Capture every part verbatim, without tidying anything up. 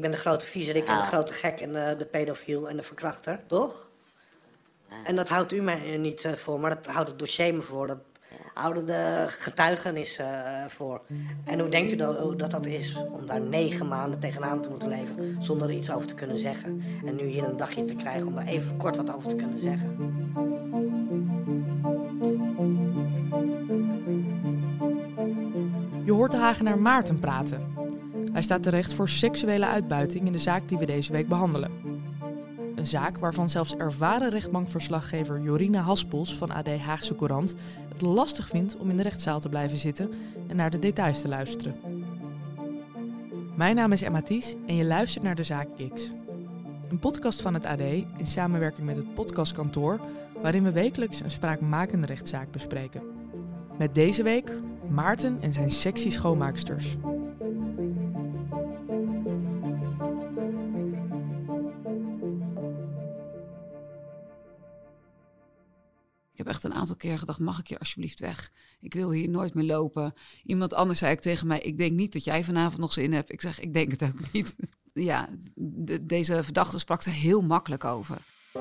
ben de grote viezerik en Oh. de grote gek en de, de pedofiel en de verkrachter, toch? Ja. En dat houdt u mij niet uh, voor, maar dat houdt het dossier me voor. Dat houden de getuigenissen uh, voor. En hoe denkt u dat, dat dat is om daar negen maanden tegenaan te moeten leven zonder er iets over te kunnen zeggen? En nu hier een dagje te krijgen om daar even kort wat over te kunnen zeggen. Je hoort de Hagenaar Maarten praten. Hij staat terecht voor seksuele uitbuiting in de zaak die we deze week behandelen. Een zaak waarvan zelfs ervaren rechtbankverslaggever Jorine Haspels van A D Haagse Courant het lastig vindt om in de rechtszaal te blijven zitten en naar de details te luisteren. Mijn naam is Emma Ties en je luistert naar de zaak X. Een podcast van het A D in samenwerking met het podcastkantoor, waarin we wekelijks een spraakmakende rechtszaak bespreken. Met deze week Maarten en zijn sexy schoonmaaksters. Ik heb echt een aantal keer gedacht, mag ik hier alsjeblieft weg? Ik wil hier nooit meer lopen. Iemand anders zei ook tegen mij, ik denk niet dat jij vanavond nog zin hebt. Ik zeg, ik denk het ook niet. Ja, de, deze verdachte sprak er heel makkelijk over.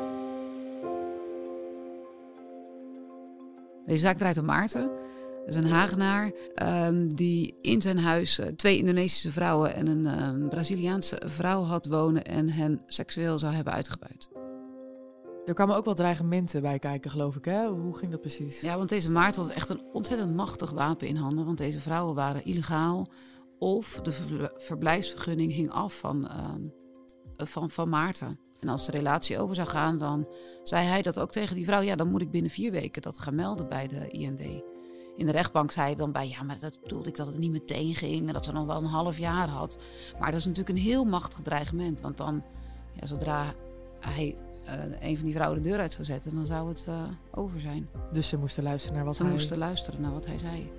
Deze zaak draait om Maarten. Dat is een Hagenaar um, die in zijn huis uh, twee Indonesische vrouwen en een um, Braziliaanse vrouw had wonen en hen seksueel zou hebben uitgebuit. Er kwamen ook wel dreigementen bij kijken, geloof ik, hè? Hoe ging dat precies? Ja, want deze Maarten had echt een ontzettend machtig wapen in handen. Want deze vrouwen waren illegaal of de ver- verblijfsvergunning hing af van, uh, van, van Maarten. En als de relatie over zou gaan, dan zei hij dat ook tegen die vrouw. Ja, dan moet ik binnen vier weken dat gaan melden bij de I N D. In de rechtbank zei hij dan bij, ja, maar dat bedoelde ik dat het niet meteen ging en dat ze nog wel een half jaar had. Maar dat is natuurlijk een heel machtig dreigement. Want dan, ja, zodra hij uh, een van die vrouwen de deur uit zou zetten, dan zou het uh, over zijn. Dus ze moesten luisteren naar wat Ze hij... moesten luisteren naar wat hij zei.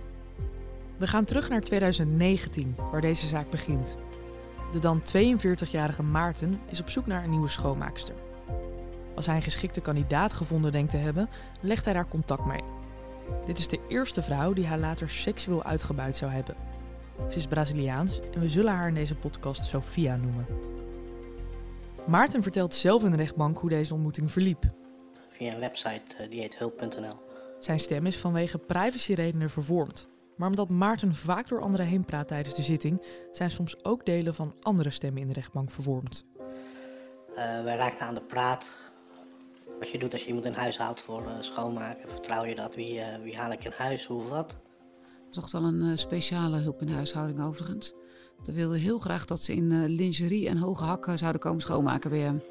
We gaan terug naar twintig negentien, waar deze zaak begint. De dan tweeënveertigjarige Maarten is op zoek naar een nieuwe schoonmaakster. Als hij een geschikte kandidaat gevonden denkt te hebben, legt hij daar contact mee. Dit is de eerste vrouw die hij later seksueel uitgebuit zou hebben. Ze is Braziliaans en we zullen haar in deze podcast Sofia noemen. Maarten vertelt zelf in de rechtbank hoe deze ontmoeting verliep. Via een website, die heet hulp punt n l. Zijn stem is vanwege privacyredenen vervormd. Maar omdat Maarten vaak door anderen heen praat tijdens de zitting, zijn soms ook delen van andere stemmen in de rechtbank vervormd. Uh, wij raakten aan de praat. Wat je doet als je iemand in huis haalt voor uh, schoonmaken. Vertrouw je dat? Wie, uh, wie haal ik in huis? Hoe of wat? Ze zocht wel een uh, speciale hulp in de huishouding overigens. Ze wilde heel graag dat ze in uh, lingerie en hoge hakken zouden komen schoonmaken bij hem. Um,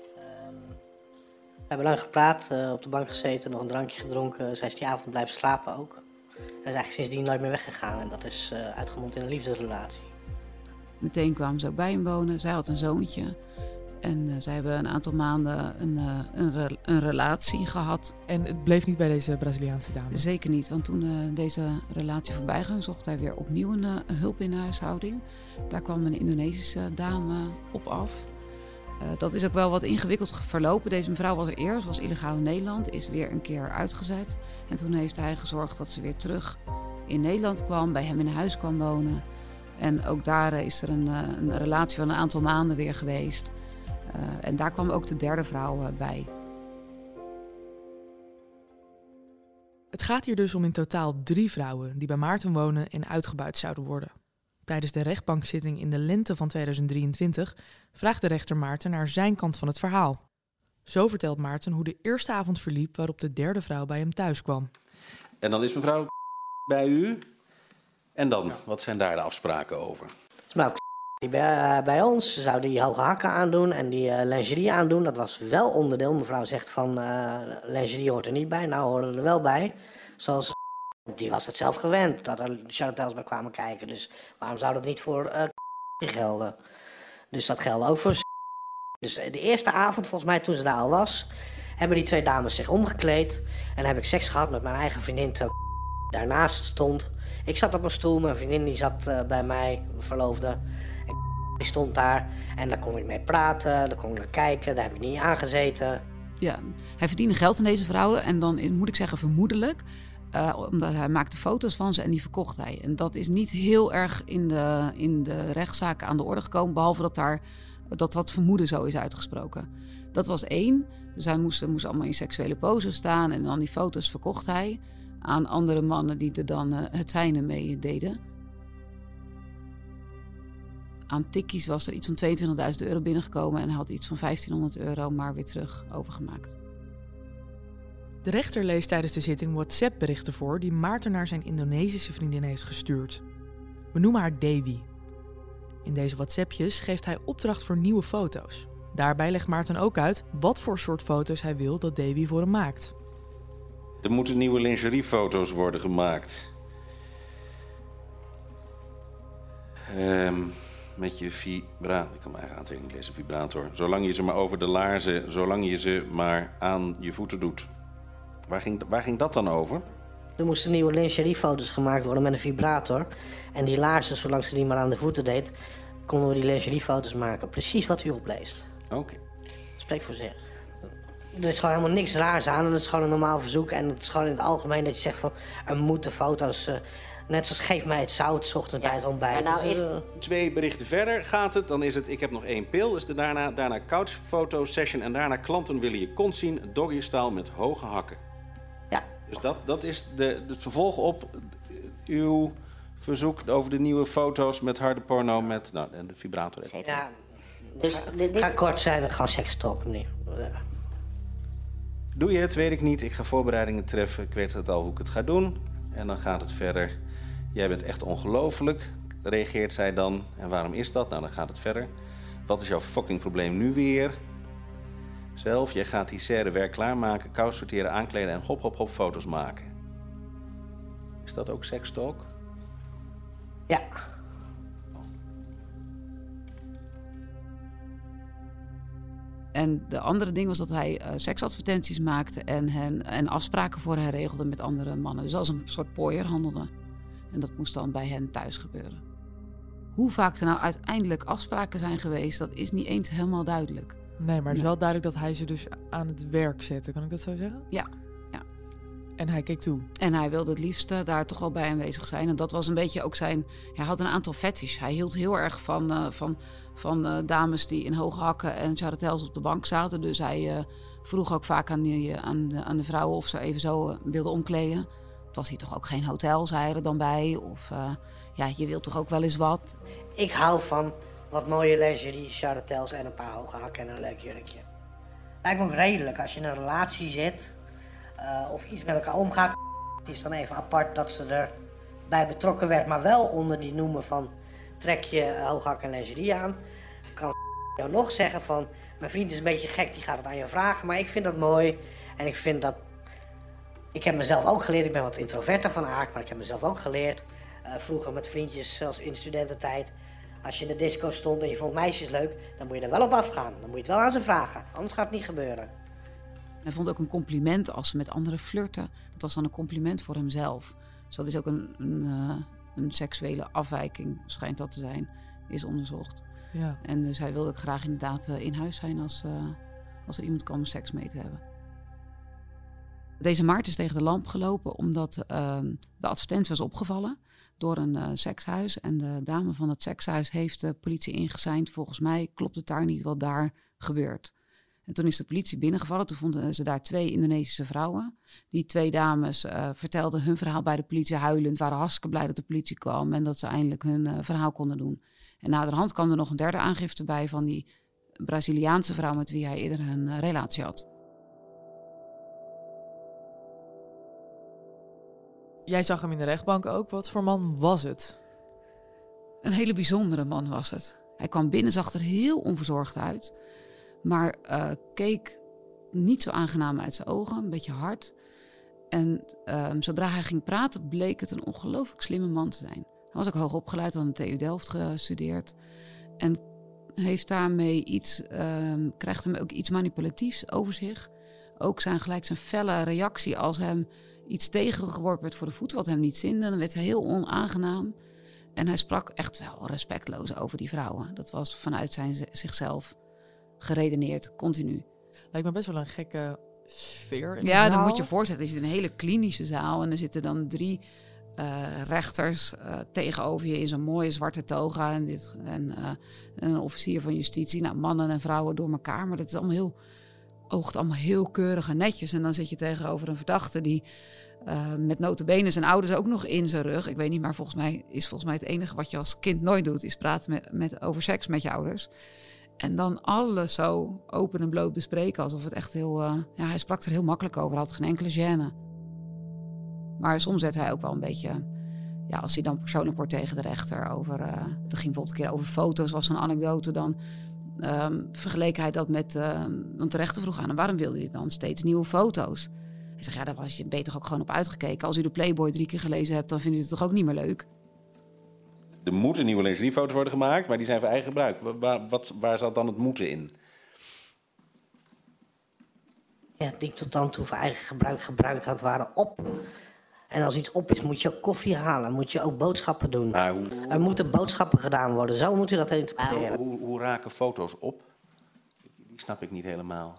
we hebben lang gepraat, uh, op de bank gezeten, nog een drankje gedronken. Zij is die avond blijven slapen ook. En is eigenlijk sindsdien nooit meer weggegaan. En dat is uh, uitgemond in een liefdesrelatie. Meteen kwamen ze ook bij hem wonen. Zij had een zoontje. En uh, zij hebben een aantal maanden een, uh, een, re- een relatie gehad. En het bleef niet bij deze Braziliaanse dame? Zeker niet, want toen uh, deze relatie voorbij ging, zocht hij weer opnieuw een, uh, een hulp in de huishouding. Daar kwam een Indonesische dame op af. Uh, dat is ook wel wat ingewikkeld verlopen. Deze mevrouw was er eerst, was illegaal in Nederland, is weer een keer uitgezet. En toen heeft hij gezorgd dat ze weer terug in Nederland kwam, bij hem in huis kwam wonen. En ook daar uh, is er een, uh, een relatie van een aantal maanden weer geweest. Uh, en daar kwam ook de derde vrouw uh, bij. Het gaat hier dus om in totaal drie vrouwen die bij Maarten wonen en uitgebuit zouden worden. Tijdens de rechtbankzitting in de lente van tweeduizend drieëntwintig vraagt de rechter Maarten naar zijn kant van het verhaal. Zo vertelt Maarten hoe de eerste avond verliep waarop de derde vrouw bij hem thuis kwam. En dan is mevrouw bij u. En dan, wat zijn daar de afspraken over? Mevrouw die bij, uh, bij ons zou die hoge hakken aandoen en die uh, lingerie aandoen. Dat was wel onderdeel. Mevrouw zegt van uh, lingerie hoort er niet bij. Nou horen er wel bij. Zoals die was het zelf gewend dat er charlatels bij kwamen kijken. Dus waarom zou dat niet voor uh, gelden? Dus dat geldt ook voor. Dus de eerste avond, volgens mij toen ze daar al was, hebben die twee dames zich omgekleed. En heb ik seks gehad met mijn eigen vriendin terwijl daarnaast stond. Ik zat op een stoel, mijn vriendin die zat uh, bij mij, mijn verloofde. En die stond daar en daar kon ik mee praten, daar kon ik naar kijken, daar heb ik niet aangezeten. Ja, hij verdiende geld aan deze vrouwen en dan moet ik zeggen vermoedelijk Uh, omdat hij maakte foto's van ze en die verkocht hij. En dat is niet heel erg in de, in de rechtszaak aan de orde gekomen, behalve dat daar, dat, dat vermoeden zo is uitgesproken. Dat was één. Dus hij moest, moest allemaal in seksuele poses staan en dan die foto's verkocht hij aan andere mannen die er dan uh, het zijne mee deden. Aan tikkies was er iets van tweeëntwintigduizend euro binnengekomen en hij had iets van vijftienhonderd euro maar weer terug overgemaakt. De rechter leest tijdens de zitting WhatsApp-berichten voor die Maarten naar zijn Indonesische vriendin heeft gestuurd. We noemen haar Dewi. In deze WhatsAppjes geeft hij opdracht voor nieuwe foto's. Daarbij legt Maarten ook uit wat voor soort foto's hij wil dat Dewi voor hem maakt. Er moeten nieuwe lingeriefoto's worden gemaakt. Um, met je vibrator. Ik kan mijn eigen aantekening lezen, vibrator. Zolang je ze maar over de laarzen, zolang je ze maar aan je voeten doet. Waar ging, waar ging dat dan over? Er moesten nieuwe lingeriefoto's gemaakt worden met een vibrator. En die laarzen, zolang ze die maar aan de voeten deed, konden we die lingeriefoto's maken. Precies wat u opleest. Oké. Okay. Dat spreekt voor zich. Er is gewoon helemaal niks raars aan. En het is gewoon een normaal verzoek. En het is gewoon in het algemeen dat je zegt van, er moeten foto's... Uh, net zoals geef mij het zout, 's ochtends ja, bij het ontbijt. Nou is... uh... Twee berichten verder gaat het. Dan is het, ik heb nog één pil. Is de daarna, daarna couchfoto session. En daarna klanten willen je kont zien. Doggy-style met hoge hakken. Ja. Dus dat, dat is de, het vervolg op uw verzoek over de nieuwe foto's met harde porno met nou, de vibrator. Ja, dus dit, dit... ga kort zijn, gewoon sekstalk, meneer. Ja. Doe je het, weet ik niet. Ik ga voorbereidingen treffen. Ik weet het al hoe ik het ga doen. En dan gaat het verder. Jij bent echt ongelooflijk, reageert zij dan. En waarom is dat? Nou, dan gaat het verder. Wat is jouw fucking probleem nu weer? Zelf, jij gaat die serre werk klaarmaken, kous sorteren, aankleden en hop, hop, hop foto's maken. Is dat ook sekstalk? Ja. En de andere ding was dat hij uh, seksadvertenties maakte en, hen, en afspraken voor hen regelde met andere mannen. Dus als een soort pooier handelde. En dat moest dan bij hen thuis gebeuren. Hoe vaak er nou uiteindelijk afspraken zijn geweest, dat is niet eens helemaal duidelijk. Nee, maar het is wel duidelijk dat hij ze dus aan het werk zette. Kan ik dat zo zeggen? Ja. ja. En hij keek toe. En hij wilde het liefst uh, daar toch al bij aanwezig zijn. En dat was een beetje ook zijn... Hij had een aantal fetish. Hij hield heel erg van, uh, van, van uh, dames die in hoge hakken en charretels op de bank zaten. Dus hij uh, vroeg ook vaak aan, die, aan, de, aan de vrouwen of ze even zo uh, wilden omkleden. Het was hier toch ook geen hotel, zei hij er dan bij. Of uh, ja, je wilt toch ook wel eens wat. Ik hou van wat mooie lingerie, charretels en een paar hoge hakken en een leuk jurkje. Lijkt me ook redelijk als je in een relatie zit... Uh, of iets met elkaar omgaat. Het is dan even apart dat ze erbij betrokken werd, maar wel onder die noemen van trek je uh, hooghak en lingerie aan. Ik kan jou nog zeggen van, mijn vriend is een beetje gek, die gaat het aan je vragen, maar ik vind dat mooi. En ik vind dat, ik heb mezelf ook geleerd, ik ben wat introverter van aard, maar ik heb mezelf ook geleerd. Uh, vroeger met vriendjes, zelfs in studententijd, als je in de disco stond en je vond meisjes leuk, dan moet je er wel op afgaan. Dan moet je het wel aan ze vragen, anders gaat het niet gebeuren. Hij vond ook een compliment als ze met anderen flirten. Dat was dan een compliment voor hemzelf. Dus dat is ook een, een, uh, een seksuele afwijking, schijnt dat te zijn, is onderzocht. Ja. En dus hij wilde ook graag inderdaad uh, in huis zijn als, uh, als er iemand kwam om seks mee te hebben. Deze Maarten is tegen de lamp gelopen omdat uh, de advertentie was opgevallen door een uh, sekshuis. En de dame van het sekshuis heeft de politie ingezeind. Volgens mij klopt het daar niet wat daar gebeurt. En toen is de politie binnengevallen. Toen vonden ze daar twee Indonesische vrouwen. Die twee dames uh, vertelden hun verhaal bij de politie huilend. Waren hartstikke blij dat de politie kwam en dat ze eindelijk hun uh, verhaal konden doen. En naderhand kwam er nog een derde aangifte bij van die Braziliaanse vrouw met wie hij eerder een uh, relatie had. Jij zag hem in de rechtbank ook. Wat voor man was het? Een hele bijzondere man was het. Hij kwam binnen, zag er heel onverzorgd uit. Maar uh, keek niet zo aangenaam uit zijn ogen, een beetje hard. En uh, zodra hij ging praten, bleek het een ongelooflijk slimme man te zijn. Hij was ook hoog opgeleid, had aan de T U Delft gestudeerd. En heeft daarmee iets, uh, krijgt hem ook iets manipulatiefs over zich. Ook zijn gelijk zijn felle reactie als hem iets tegengeworpen werd voor de voeten, wat hem niet zinde. Dan werd hij heel onaangenaam. En hij sprak echt wel respectloos over die vrouwen. Dat was vanuit zijn zichzelf geredeneerd, continu. Lijkt me best wel een gekke sfeer in Ja, de dan zaal. moet je je voorstellen, je zit in een hele klinische zaal en er zitten dan drie uh, rechters uh, tegenover je in zo'n mooie zwarte toga en, dit, en, uh, en een officier van justitie. Nou, mannen en vrouwen door elkaar, maar dat is allemaal heel, oogt allemaal heel keurig en netjes. En dan zit je tegenover een verdachte die uh, met nota bene zijn ouders ook nog in zijn rug. Ik weet niet, maar volgens mij is volgens mij het enige wat je als kind nooit doet, is praten met, met, over seks met je ouders. En dan alles zo open en bloot bespreken, alsof het echt heel... Uh, ja, hij sprak er heel makkelijk over, had geen enkele gêne. Maar soms werd hij ook wel een beetje... Ja, als hij dan persoonlijk wordt tegen de rechter over... Uh, het ging bijvoorbeeld een keer over foto's, was een anekdote. Dan um, vergeleek hij dat met... Uh, want de rechter vroeg aan hem, waarom wilde je dan steeds nieuwe foto's? Hij zegt, ja, daar was je beter ook gewoon op uitgekeken. Als u de Playboy drie keer gelezen hebt, dan vindt u het toch ook niet meer leuk? Er moeten nieuwe lingeriefoto's worden gemaakt, maar die zijn voor eigen gebruik. Waar, wat, waar zat dan het moeten in? Ja, die tot dan toe voor eigen gebruik gebruikt had, waren op. En als iets op is, moet je ook koffie halen. Moet je ook boodschappen doen. Maar hoe, er moeten boodschappen gedaan worden. Zo moet u dat interpreteren. Hoe, hoe raken foto's op? Die snap ik niet helemaal.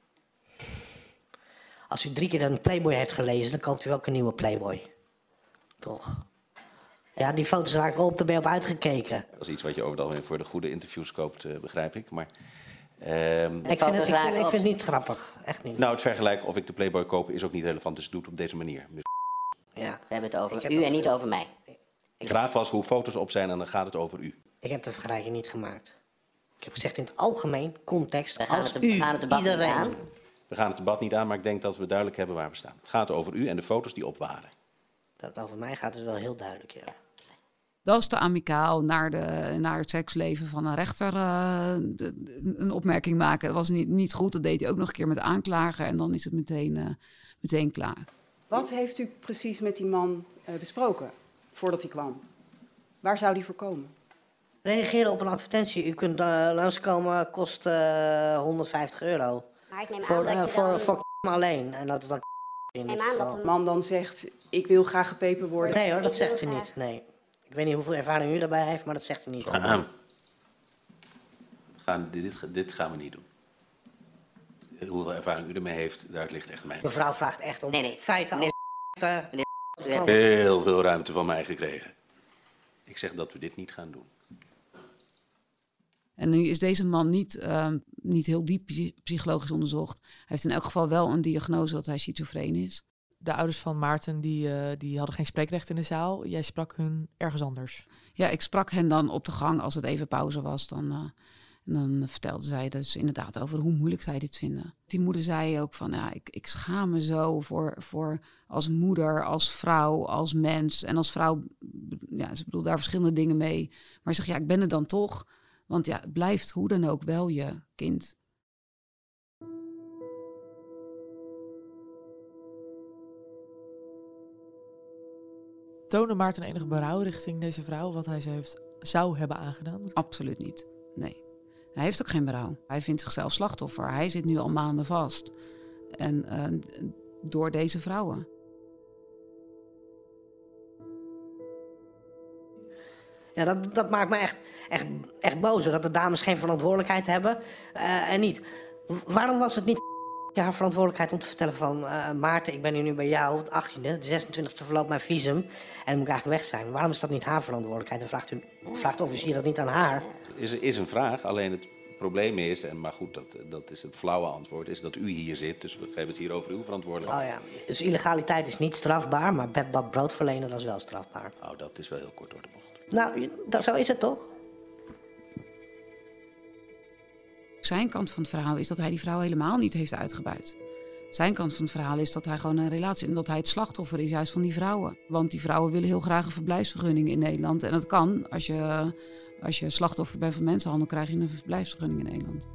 Als u drie keer een Playboy heeft gelezen, dan koopt u ook een nieuwe Playboy. Toch? Ja, die foto's raken op, daar ben je op uitgekeken. Dat is iets wat je over het algemeen voor de goede interviews koopt, uh, begrijp ik. Maar, um, ik, vind het, ik, vind, ik vind het niet grappig, echt niet. Nou, het vergelijken of ik de Playboy koop is ook niet relevant, dus doe het op deze manier. Ja. We hebben het over u en niet over mij. De vraag was hoe foto's op zijn en dan gaat het over u. Ik heb de vergelijking niet gemaakt. Ik heb gezegd in het algemeen, context, we gaan als het, u, we gaan het debat iedereen. niet aan. We gaan het debat niet aan, maar ik denk dat we duidelijk hebben waar we staan. Het gaat over u en de foto's die op waren. Dat over mij gaat het wel heel duidelijk, ja. Dat is te amicaal naar, de, naar het seksleven van een rechter uh, de, de, een opmerking maken. Dat was niet, niet goed, dat deed hij ook nog een keer met de aanklager en dan is het meteen, uh, meteen klaar. Wat heeft u precies met die man uh, besproken voordat hij kwam? Waar zou die voor komen? Reageren op een advertentie. U kunt uh, langskomen, kost uh, honderdvijftig euro. Maar ik neem voor, aan dat uh, je voor, dan... voor alleen. En dat is dan in dit neem aan dat geval. De man dan zegt, ik wil graag gepepen worden. Nee hoor, dat Ik zegt u wil niet. Nee. Ik weet niet hoeveel ervaring u daarbij heeft, maar dat zegt u niet. Uh-huh. Gaan, dit, dit gaan we niet doen. Hoeveel ervaring u ermee heeft, daar ligt echt mijn... Mevrouw vraagt echt om Nee, nee. feiten. Nee. Als, uh, U hebt Heel veel ruimte van mij gekregen. Ik zeg dat we dit niet gaan doen. En nu is deze man niet, uh, niet heel diep psychologisch onderzocht. Hij heeft in elk geval wel een diagnose dat hij schizofreen is. De ouders van Maarten die, uh, die hadden geen spreekrecht in de zaal. Jij sprak hun ergens anders. Ja, ik sprak hen dan op de gang als het even pauze was. Dan, uh, en dan vertelde zij dus inderdaad over hoe moeilijk zij dit vinden. Die moeder zei ook van, ja, ik, ik schaam me zo voor, voor als moeder, als vrouw, als mens. En als vrouw, ja, ze bedoelt daar verschillende dingen mee. Maar ze zegt, ja, ik ben er dan toch. Want ja, het blijft hoe dan ook wel je kind. Toonde Maarten enige berouw richting deze vrouw, wat hij ze heeft, zou hebben aangedaan? Absoluut niet, nee. Hij heeft ook geen berouw. Hij vindt zichzelf slachtoffer. Hij zit nu al maanden vast. En uh, door deze vrouwen. Ja, dat, dat maakt me echt, echt, echt boos. Dat de dames geen verantwoordelijkheid hebben uh, en niet. Waarom was het niet haar verantwoordelijkheid om te vertellen van... Uh, Maarten, ik ben hier nu bij jou, de achttiende, de zesentwintigste verloopt mijn visum... en dan moet ik eigenlijk weg zijn. Waarom is dat niet haar verantwoordelijkheid? En vraagt, u, vraagt de officier dat niet aan haar? Is, is een vraag, alleen het probleem is... en maar goed, dat, dat is het flauwe antwoord... is dat u hier zit, dus we geven het hier over uw verantwoordelijkheid. Oh ja, dus illegaliteit is niet strafbaar... maar bedbad brood verlenen, dat is wel strafbaar. Oh, dat is wel heel kort door de bocht. Nou, dat, zo is het toch? Zijn kant van het verhaal is dat hij die vrouw helemaal niet heeft uitgebuit. Zijn kant van het verhaal is dat hij gewoon een relatie... en dat hij het slachtoffer is juist van die vrouwen. Want die vrouwen willen heel graag een verblijfsvergunning in Nederland. En dat kan, als je, als je slachtoffer bent van mensenhandel... krijg je een verblijfsvergunning in Nederland.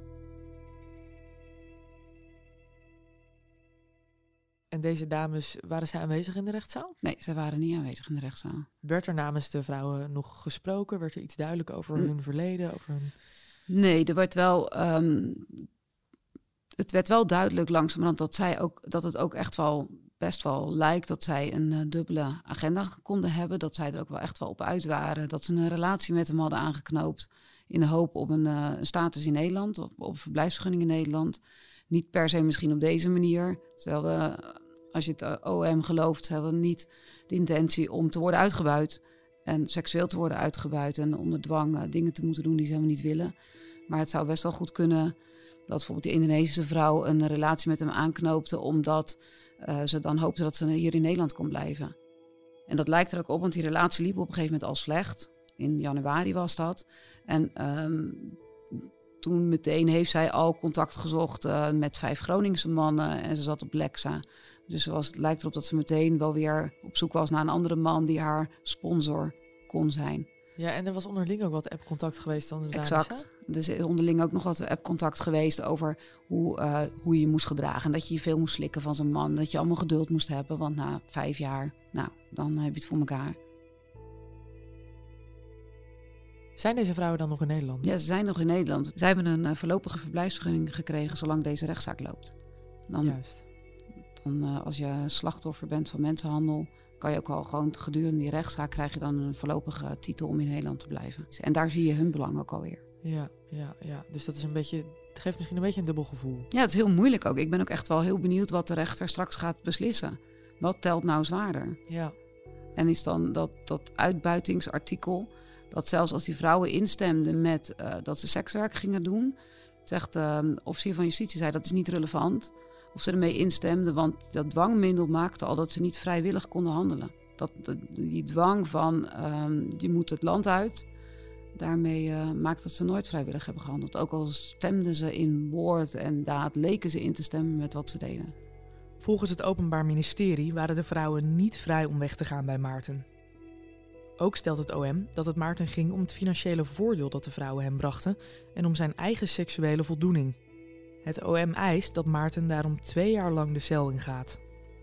En deze dames, waren zij aanwezig in de rechtszaal? Nee, zij waren niet aanwezig in de rechtszaal. Werd er namens de vrouwen nog gesproken? Werd er iets duidelijk over Hm. hun verleden? Over hun... Nee, er werd wel... Um, het werd wel duidelijk langzamerhand dat, zij ook, dat het ook echt wel best wel lijkt... dat zij een uh, dubbele agenda konden hebben. Dat zij er ook wel echt wel op uit waren. Dat ze een relatie met hem hadden aangeknoopt... in de hoop op een, uh, een status in Nederland, op, op een verblijfsvergunning in Nederland... Niet per se misschien op deze manier. Ze hadden, als je het O M gelooft, ze hadden niet de intentie om te worden uitgebuit. En seksueel te worden uitgebuit en onder dwang uh, dingen te moeten doen die ze helemaal niet willen. Maar het zou best wel goed kunnen dat bijvoorbeeld de Indonesische vrouw een relatie met hem aanknoopte, omdat uh, ze dan hoopte dat ze hier in Nederland kon blijven. En dat lijkt er ook op, want die relatie liep op een gegeven moment al slecht. In januari was dat. En um, toen meteen heeft zij al contact gezocht uh, met vijf Groningse mannen en ze zat op Lexa. Dus ze was, het lijkt erop dat ze meteen wel weer op zoek was naar een andere man die haar sponsor kon zijn. Ja, en er was onderling ook wat app-contact geweest dan de Exact. dames, Er is onderling ook nog wat app-contact geweest over hoe, uh, hoe je je moest gedragen. En dat je je veel moest slikken van zo'n man. Dat je allemaal geduld moest hebben, want na vijf jaar, nou, dan heb je het voor elkaar. Zijn deze vrouwen dan nog in Nederland? Ja, ze zijn nog in Nederland. Zij hebben een uh, voorlopige verblijfsvergunning gekregen zolang deze rechtszaak loopt. Dan, Juist. Dan, uh, als je slachtoffer bent van mensenhandel, kan je ook al gewoon gedurende die rechtszaak krijg je dan een voorlopige titel om in Nederland te blijven. En daar zie je hun belang ook alweer. Ja, ja, ja. Dus dat is een beetje, het geeft misschien een beetje een dubbel gevoel. Ja, het is heel moeilijk ook. Ik ben ook echt wel heel benieuwd wat de rechter straks gaat beslissen. Wat telt nou zwaarder? Ja. En is dan dat, dat uitbuitingsartikel, dat zelfs als die vrouwen instemden met uh, dat ze sekswerk gingen doen, zegt de uh, officier van justitie, zei dat is niet relevant. Of ze ermee instemden, want dat dwangmiddel maakte al dat ze niet vrijwillig konden handelen. Dat, de, die dwang van um, je moet het land uit, daarmee uh, maakt dat ze nooit vrijwillig hebben gehandeld. Ook al stemden ze in woord en daad, leken ze in te stemmen met wat ze deden. Volgens het Openbaar Ministerie waren de vrouwen niet vrij om weg te gaan bij Maarten. Ook stelt het O M dat het Maarten ging om het financiële voordeel dat de vrouwen hem brachten en om zijn eigen seksuele voldoening. Het O M eist dat Maarten daarom twee jaar lang de cel ingaat.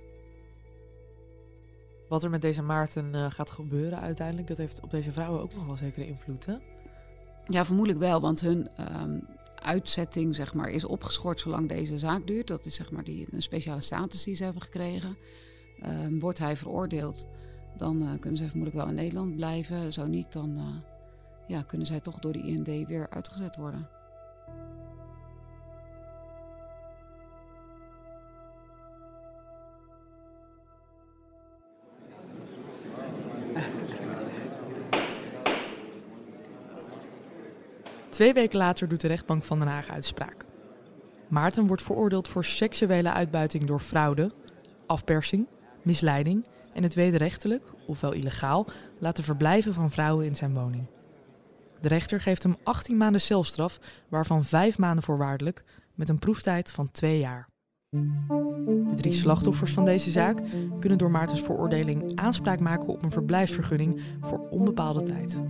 Wat er met deze Maarten uh, gaat gebeuren uiteindelijk, dat heeft op deze vrouwen ook nog wel zekere invloed, hè? Ja, vermoedelijk wel, want hun um, uitzetting zeg maar, is opgeschort zolang deze zaak duurt. Dat is zeg maar die, een speciale status die ze hebben gekregen. Um, wordt hij veroordeeld, dan uh, kunnen zij vermoedelijk wel in Nederland blijven. Zo niet, dan uh, ja, kunnen zij toch door de I N D weer uitgezet worden. Twee weken later doet de rechtbank van Den Haag uitspraak. Maarten wordt veroordeeld voor seksuele uitbuiting door fraude, afpersing, misleiding en het wederrechtelijk, ofwel illegaal, laten verblijven van vrouwen in zijn woning. De rechter geeft hem achttien maanden celstraf, waarvan vijf maanden voorwaardelijk, met een proeftijd van twee jaar. De drie slachtoffers van deze zaak kunnen door Maartens veroordeling aanspraak maken op een verblijfsvergunning voor onbepaalde tijd.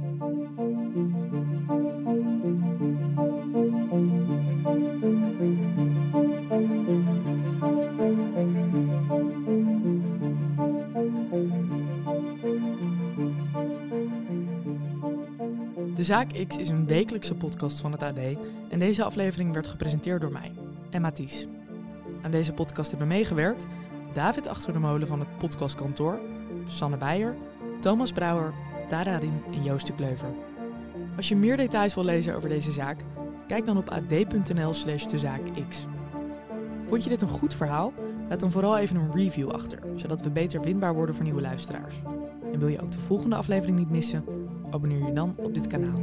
De Zaak X is een wekelijkse podcast van het A D en deze aflevering werd gepresenteerd door mij, Emma Ties. Aan deze podcast hebben meegewerkt David Achter de Molen van het podcastkantoor, Sanne Beijer, Thomas Brouwer, Tara Riem en Joost de Kleuver. Als je meer details wil lezen over deze zaak, kijk dan op ad.nl slash de zaak X. Vond je dit een goed verhaal? Laat dan vooral even een review achter, zodat we beter vindbaar worden voor nieuwe luisteraars. En wil je ook de volgende aflevering niet missen? Abonneer je dan op dit kanaal.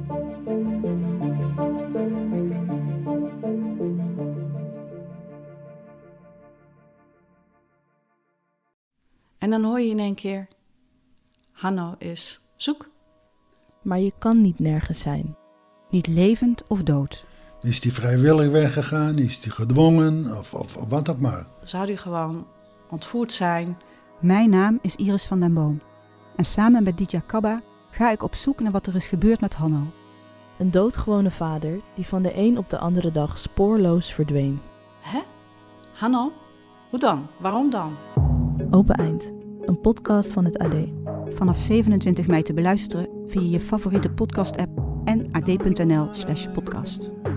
En dan hoor je in één keer, Hanno is zoek. Maar je kan niet nergens zijn. Niet levend of dood. Is die vrijwillig weggegaan? Is die gedwongen? Of, of, of wat ook maar. Zou die gewoon ontvoerd zijn? Mijn naam is Iris van den Boom. En samen met Ditya Kabba ga ik op zoek naar wat er is gebeurd met Hanno. Een doodgewone vader die van de een op de andere dag spoorloos verdween. Hè? Hanno? Hoe dan? Waarom dan? Open Eind, een podcast van het A D. Vanaf zevenentwintig mei te beluisteren via je favoriete podcast-app en ad.nl slash podcast.